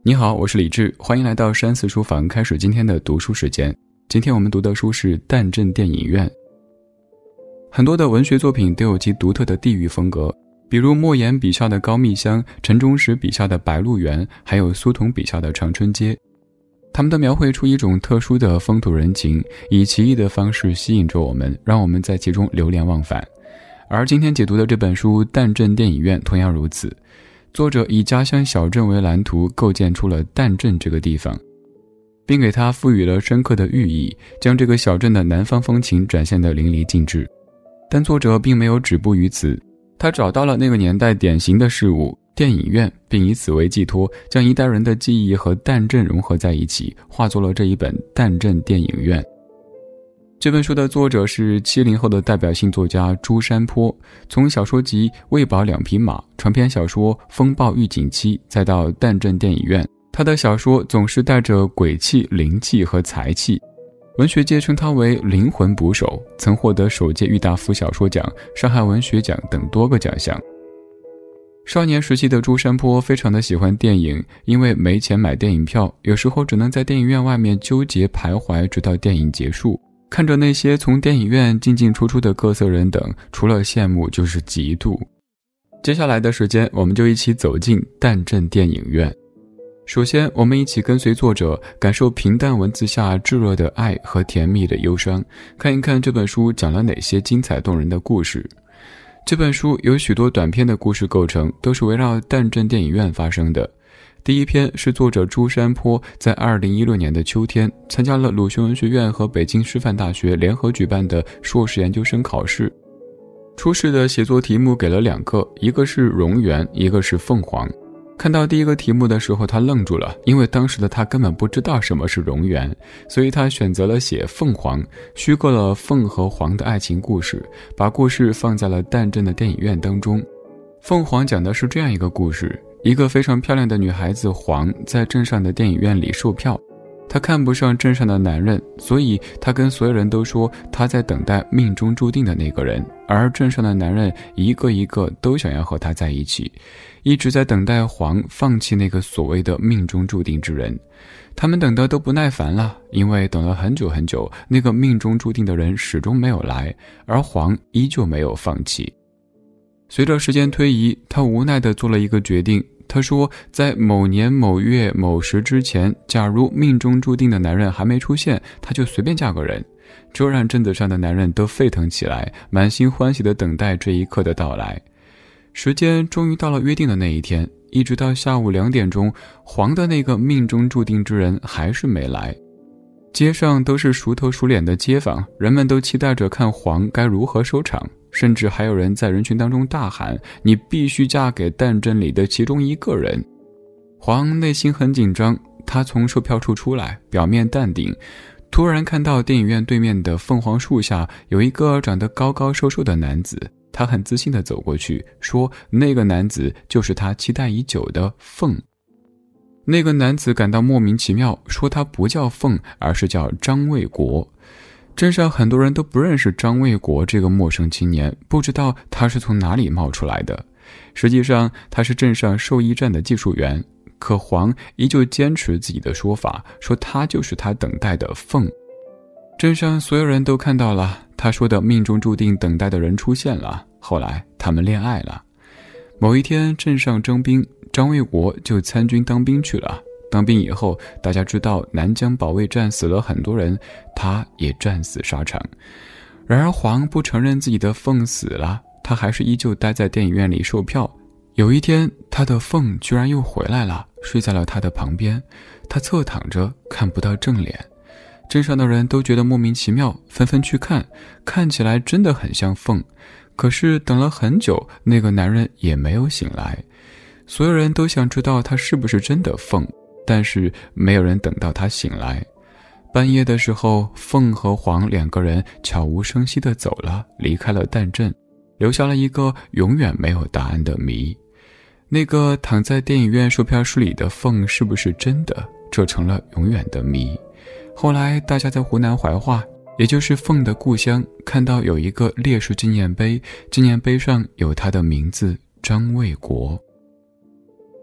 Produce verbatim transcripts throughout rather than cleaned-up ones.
你好，我是李志，欢迎来到山寺书房，开始今天的读书时间。今天我们读的书是淡镇电影院。很多的文学作品都有其独特的地域风格，比如莫言笔下的高密乡，陈忠实笔下的白鹿原，还有苏童笔下的长春街。他们都描绘出一种特殊的风土人情，以奇异的方式吸引着我们，让我们在其中流连忘返。而今天解读的这本书《淡镇电影院》同样如此，作者以家乡小镇为蓝图，构建出了淡镇这个地方，并给它赋予了深刻的寓意，将这个小镇的南方风情展现得淋漓尽致。但作者并没有止步于此，他找到了那个年代典型的事物电影院，并以此为寄托，将一代人的记忆和淡镇融合在一起，化作了这一本《淡镇电影院》。这本书的作者是七零后的代表性作家朱山坡，从小说集《喂饱两匹马》、长篇小说《风暴预警期》，再到淡镇电影院，他的小说总是带着鬼气、灵气和才气。文学界称他为灵魂捕手，曾获得首届郁达夫小说奖、上海文学奖等多个奖项。少年时期的朱山坡非常的喜欢电影，因为没钱买电影票，有时候只能在电影院外面纠结徘徊，直到电影结束。看着那些从电影院进进出出的各色人等，除了羡慕就是嫉妒。接下来的时间，我们就一起走进淡镇电影院。首先，我们一起跟随作者，感受平淡文字下炙热的爱和甜蜜的忧伤，看一看这本书讲了哪些精彩动人的故事。这本书有许多短篇的故事构成，都是围绕淡镇电影院发生的。第一篇是作者朱山坡在二零一六年的秋天参加了鲁迅文学院和北京师范大学联合举办的硕士研究生考试。初试的写作题目给了两个，一个是蝾螈，一个是凤凰。看到第一个题目的时候，他愣住了，因为当时的他根本不知道什么是蝾螈，所以他选择了写凤凰，虚构了凤和凰的爱情故事，把故事放在了淡镇的电影院当中。凤凰讲的是这样一个故事，一个非常漂亮的女孩子黄在镇上的电影院里售票，她看不上镇上的男人，所以她跟所有人都说她在等待命中注定的那个人，而镇上的男人一个一个都想要和她在一起，一直在等待黄放弃那个所谓的命中注定之人。他们等得都不耐烦了，因为等了很久很久，那个命中注定的人始终没有来，而黄依旧没有放弃。随着时间推移，他无奈地做了一个决定，他说在某年某月某时之前，假如命中注定的男人还没出现，他就随便嫁个人。这让镇子上的男人都沸腾起来，满心欢喜地等待这一刻的到来。时间终于到了约定的那一天，一直到下午两点钟，黄的那个命中注定之人还是没来。街上都是熟头熟脸的街坊，人们都期待着看黄该如何收场，甚至还有人在人群当中大喊，你必须嫁给淡镇里的其中一个人。黄内心很紧张，他从售票处出来，表面淡定，突然看到电影院对面的凤凰树下有一个长得高高瘦瘦的男子，他很自信地走过去，说那个男子就是他期待已久的凤。那个男子感到莫名其妙，说他不叫凤，而是叫张卫国。镇上很多人都不认识张卫国这个陌生青年，不知道他是从哪里冒出来的。实际上他是镇上兽医站的技术员，可黄依旧坚持自己的说法，说他就是他等待的凤。镇上所有人都看到了，他说的命中注定等待的人出现了，后来他们恋爱了。某一天镇上征兵，张卫国就参军当兵去了。当兵以后，大家知道南疆保卫战死了很多人，他也战死沙场。然而黄不承认自己的凤死了，他还是依旧待在电影院里售票。有一天，他的凤居然又回来了，睡在了他的旁边，他侧躺着，看不到正脸。镇上的人都觉得莫名其妙，纷纷去看，看起来真的很像凤。可是等了很久，那个男人也没有醒来。所有人都想知道他是不是真的凤，但是没有人等到他醒来。半夜的时候，凤和黄两个人悄无声息地走了，离开了淡镇，留下了一个永远没有答案的谜。那个躺在电影院售票室里的凤是不是真的，这成了永远的谜。后来大家在湖南怀化，也就是凤的故乡，看到有一个烈士纪念碑，纪念碑上有他的名字张卫国。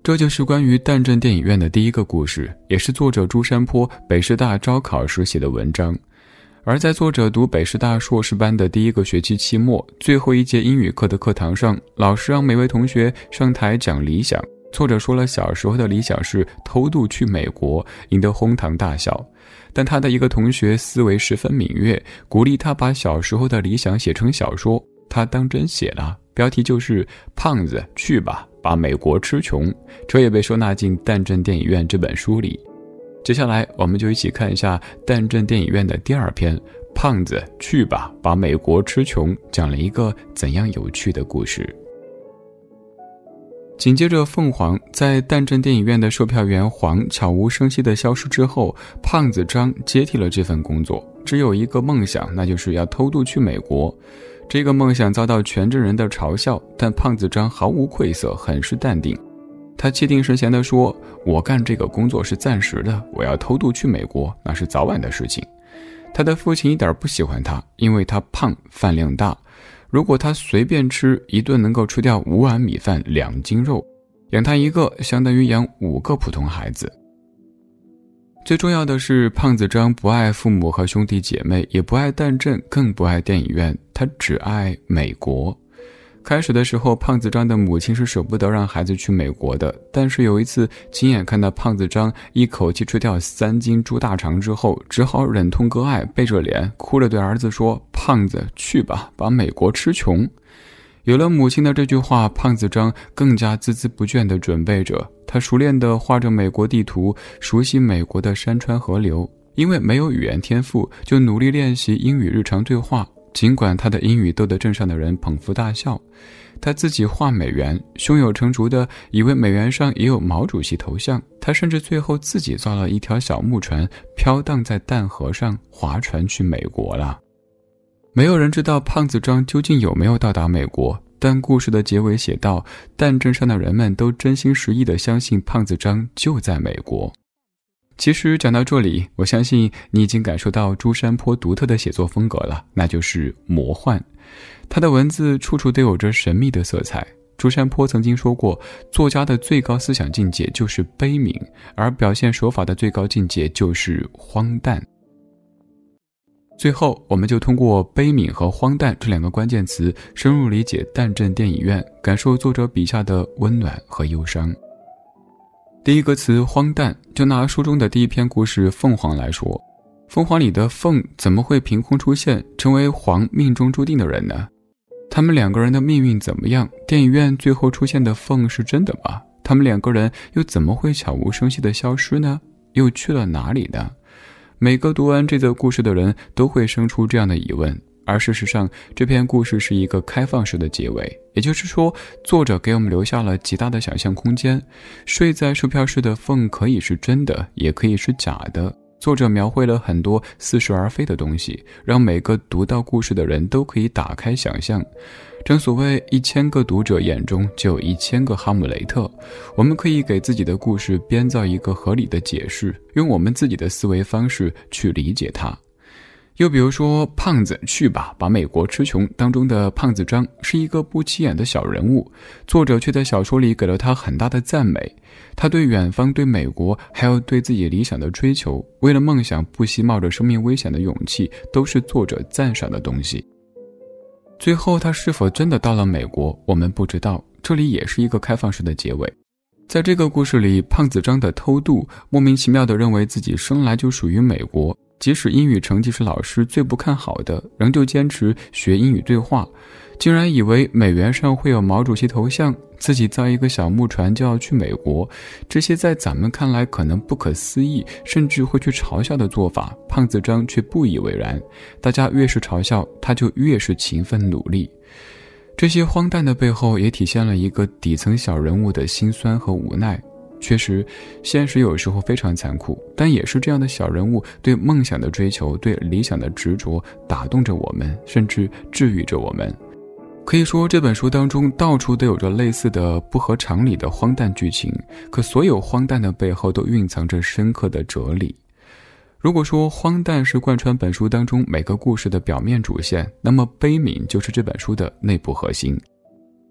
这就是关于蛋镇电影院的第一个故事，也是作者朱山坡北师大招考时写的文章。而在作者读北师大硕士班的第一个学期期末，最后一节英语课的课堂上，老师让每位同学上台讲理想。作者说了小时候的理想是偷渡去美国，引得哄堂大笑。但他的一个同学思维十分敏锐，鼓励他把小时候的理想写成小说，他当真写了，标题就是胖子去吧，把美国吃穷，这也被收纳进蛋镇电影院这本书里。接下来我们就一起看一下蛋镇电影院的第二篇，胖子去吧，把美国吃穷，讲了一个怎样有趣的故事。紧接着凤凰在蛋镇电影院的售票员黄悄无声息地消失之后，胖子张接替了这份工作，只有一个梦想，那就是要偷渡去美国。这个梦想遭到全镇人的嘲笑，但胖子张毫无愧色，很是淡定。他气定神闲地说，我干这个工作是暂时的，我要偷渡去美国，那是早晚的事情。他的父亲一点不喜欢他，因为他胖，饭量大，如果他随便吃一顿能够吃掉五碗米饭两斤肉，养他一个相当于养五个普通孩子。最重要的是，胖子张不爱父母和兄弟姐妹，也不爱蛋镇，更不爱电影院，他只爱美国。开始的时候，胖子张的母亲是舍不得让孩子去美国的，但是有一次亲眼看到胖子张一口气吃掉三斤猪大肠之后，只好忍痛割爱，背着脸哭着对儿子说，胖子去吧，把美国吃穷。有了母亲的这句话，胖子张更加孜孜不倦地准备着，他熟练地画着美国地图，熟悉美国的山川河流。因为没有语言天赋，就努力练习英语日常对话，尽管他的英语逗得镇上的人捧腹大笑。他自己画美元，胸有成竹地以为美元上也有毛主席头像，他甚至最后自己造了一条小木船，飘荡在淡河上，划船去美国了。没有人知道胖子张究竟有没有到达美国，但故事的结尾写道，蛋镇上的人们都真心实意地相信胖子张就在美国。其实讲到这里，我相信你已经感受到朱山坡独特的写作风格了，那就是魔幻。他的文字处处都有着神秘的色彩。朱山坡曾经说过，作家的最高思想境界就是悲悯，而表现手法的最高境界就是荒诞。最后，我们就通过悲悯和荒诞这两个关键词，深入理解蛋镇电影院，感受作者笔下的温暖和忧伤。第一个词荒诞，就拿书中的第一篇故事凤凰来说，凤凰里的凤怎么会凭空出现，成为凰命中注定的人呢？他们两个人的命运怎么样？电影院最后出现的凤是真的吗？他们两个人又怎么会悄无声息地消失呢？又去了哪里呢？每个读完这则故事的人都会生出这样的疑问，而事实上，这篇故事是一个开放式的结尾，也就是说，作者给我们留下了极大的想象空间。睡在售票室的凤可以是真的，也可以是假的。作者描绘了很多似是而非的东西，让每个读到故事的人都可以打开想象。正所谓一千个读者眼中就有一千个哈姆雷特，我们可以给自己的故事编造一个合理的解释，用我们自己的思维方式去理解它。又比如说，胖子去吧，把美国吃穷当中的胖子张是一个不起眼的小人物，作者却在小说里给了他很大的赞美。他对远方，对美国，还有对自己理想的追求，为了梦想不惜冒着生命危险的勇气，都是作者赞赏的东西。最后他是否真的到了美国，我们不知道，这里也是一个开放式的结尾。在这个故事里，胖子张的偷渡，莫名其妙地认为自己生来就属于美国，即使英语成绩是老师最不看好的，仍旧坚持学英语对话，竟然以为美元上会有毛主席头像，自己造一个小木船就要去美国。这些在咱们看来可能不可思议，甚至会去嘲笑的做法，胖子张却不以为然。大家越是嘲笑，他就越是勤奋努力。这些荒诞的背后，也体现了一个底层小人物的辛酸和无奈。确实，现实有时候非常残酷，但也是这样的小人物对梦想的追求，对理想的执着，打动着我们，甚至治愈着我们。可以说，这本书当中到处都有着类似的不合常理的荒诞剧情，可所有荒诞的背后都蕴藏着深刻的哲理。如果说荒诞是贯穿本书当中每个故事的表面主线，那么悲悯就是这本书的内部核心。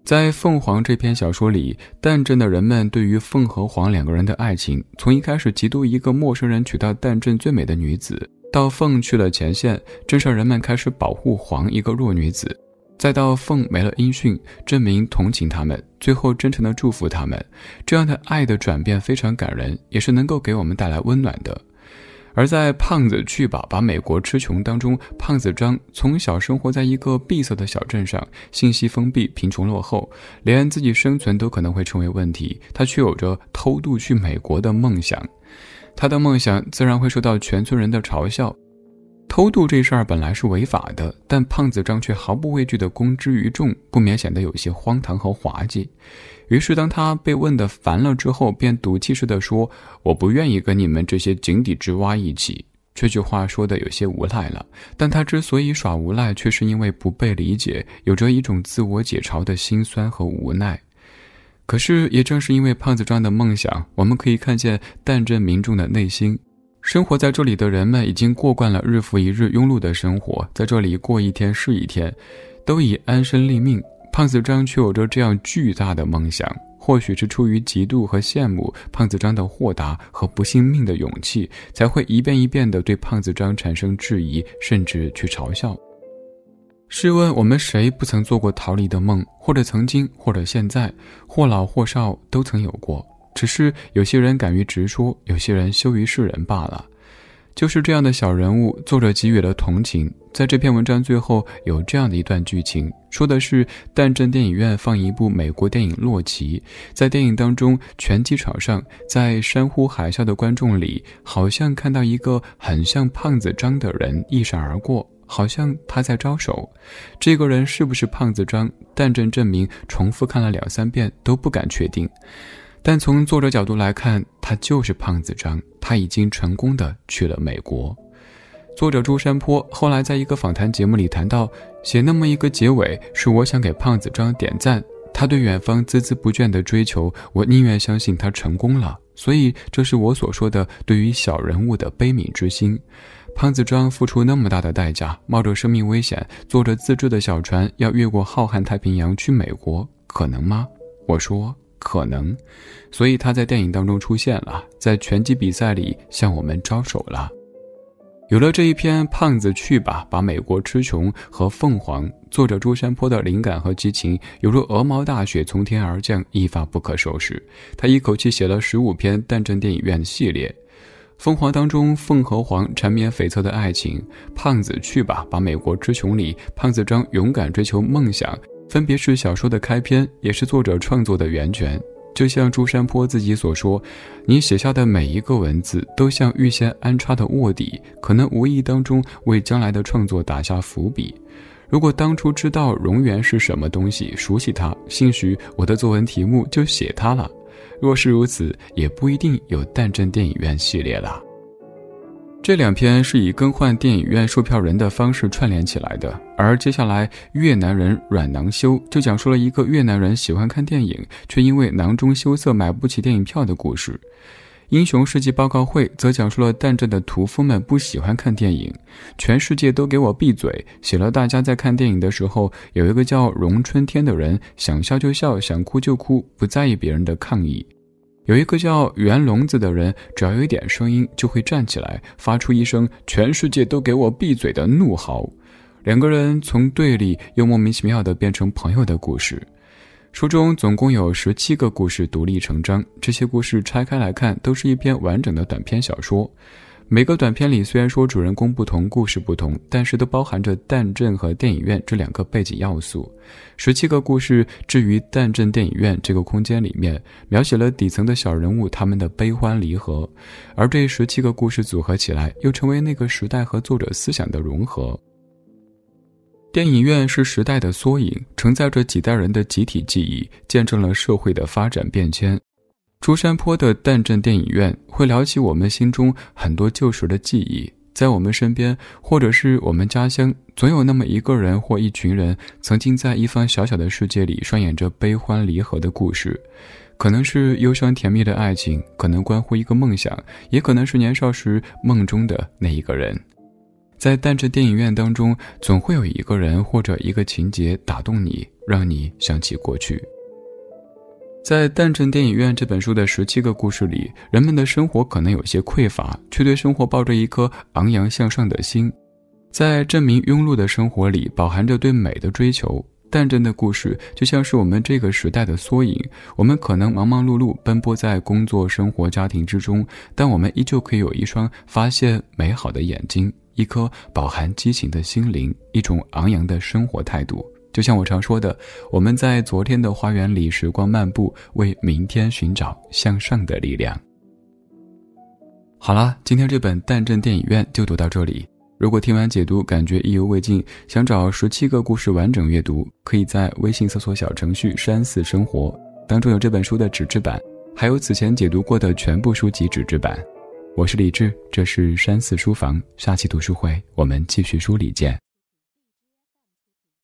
在《凤凰》这篇小说里，蛋镇的人们对于凤和凰两个人的爱情，从一开始嫉妒一个陌生人娶到蛋镇最美的女子，到凤去了前线，镇上人们开始保护凰一个弱女子，再到凤没了音讯，镇民同情他们，最后真诚地祝福他们。这样的爱的转变非常感人，也是能够给我们带来温暖的。而在胖子去吧把美国吃穷当中，胖子张从小生活在一个闭塞的小镇上，信息封闭，贫穷落后，连自己生存都可能会成为问题，他却有着偷渡去美国的梦想。他的梦想自然会受到全村人的嘲笑。偷渡这事儿本来是违法的，但胖子张却毫不畏惧地公之于众，不免显得有些荒唐和滑稽。于是当他被问得烦了之后，便赌气似地说，我不愿意跟你们这些井底之蛙一起。这句话说得有些无赖了，但他之所以耍无赖，却是因为不被理解，有着一种自我解嘲的心酸和无奈。可是也正是因为胖子张的梦想，我们可以看见蛋镇民众的内心。生活在这里的人们已经过惯了日复一日庸碌的生活，在这里过一天是一天，都以安身立命。胖子张却有着这样巨大的梦想，或许是出于嫉妒和羡慕胖子张的豁达和不信命的勇气，才会一遍一遍地对胖子张产生质疑，甚至去嘲笑。试问我们谁不曾做过逃离的梦，或者曾经，或者现在，或老或少都曾有过，只是有些人敢于直说，有些人羞于示人罢了。就是这样的小人物，作者给予了同情。在这篇文章最后有这样的一段剧情，说的是蛋镇电影院放一部美国电影《洛奇》，在电影当中，拳击场上，在山呼海啸的观众里，好像看到一个很像胖子张的人一闪而过，好像他在招手。这个人是不是胖子张，蛋镇镇民重复看了两三遍都不敢确定。但从作者角度来看，他就是胖子张，他已经成功的去了美国。作者朱山坡后来在一个访谈节目里谈到，写那么一个结尾是我想给胖子张点赞，他对远方孜孜不倦的追求，我宁愿相信他成功了，所以这是我所说的对于小人物的悲悯之心。胖子张付出那么大的代价，冒着生命危险，坐着自制的小船要越过浩瀚太平洋去美国，可能吗？我说可能，所以他在电影当中出现了，在拳击比赛里向我们招手了。有了这一篇胖子去吧把美国吃穷和凤凰，作者朱山坡的灵感和激情犹如鹅毛大雪从天而降，一发不可收拾。他一口气写了十五篇蛋镇电影院系列。凤凰当中凤和凰缠绵悱恻的爱情，胖子去吧把美国吃穷里胖子张勇敢追求梦想，分别是小说的开篇，也是作者创作的源泉。就像朱山坡自己所说，你写下的每一个文字都像预先安插的卧底，可能无意当中为将来的创作打下伏笔。如果当初知道蝾螈是什么东西，熟悉它，兴许我的作文题目就写它了。若是如此，也不一定有蛋镇电影院系列了。这两篇是以更换电影院售票人的方式串联起来的，而接下来越南人阮囊修就讲述了一个越南人喜欢看电影，却因为囊中羞涩买不起电影票的故事。英雄事迹报告会则讲述了蛋镇的屠夫们不喜欢看电影，全世界都给我闭嘴，写了大家在看电影的时候，有一个叫荣春天的人，想笑就笑，想哭就哭，不在意别人的抗议。有一个叫袁聋子的人，只要有一点声音就会站起来，发出一声全世界都给我闭嘴的怒嚎。两个人从对立又莫名其妙地变成朋友的故事。书中总共有十七个故事独立成章，这些故事拆开来看都是一篇完整的短篇小说。每个短片里虽然说主人公不同，故事不同，但是都包含着蛋镇和电影院这两个背景要素。十七个故事置于蛋镇电影院这个空间里面，描写了底层的小人物他们的悲欢离合，而这十七个故事组合起来，又成为那个时代和作者思想的融合。电影院是时代的缩影，承载着几代人的集体记忆，见证了社会的发展变迁。朱山坡的蛋镇电影院会撩起我们心中很多旧时的记忆，在我们身边或者是我们家乡，总有那么一个人或一群人曾经在一方小小的世界里上演着悲欢离合的故事，可能是忧伤甜蜜的爱情，可能关乎一个梦想，也可能是年少时梦中的那一个人。 在淡镇电影院当中，总会有一个人或者一个情节打动你，让你想起过去。在淡镇电影院这本书的十七个故事里，人们的生活可能有些匮乏，却对生活抱着一颗昂扬向上的心。在镇民庸碌的生活里，饱含着对美的追求。淡镇的故事就像是我们这个时代的缩影，我们可能忙忙碌碌奔波在工作、生活、家庭之中，但我们依旧可以有一双发现美好的眼睛，一颗饱含激情的心灵，一种昂扬的生活态度。就像我常说的，我们在昨天的花园里时光漫步，为明天寻找向上的力量。好了，今天这本淡镇电影院就读到这里。如果听完解读感觉意犹未尽，想找十七个故事完整阅读，可以在微信搜索小程序山寺生活，当中有这本书的纸质版，还有此前解读过的全部书籍纸质版。我是李志，这是山寺书房，下期读书会我们继续书里见。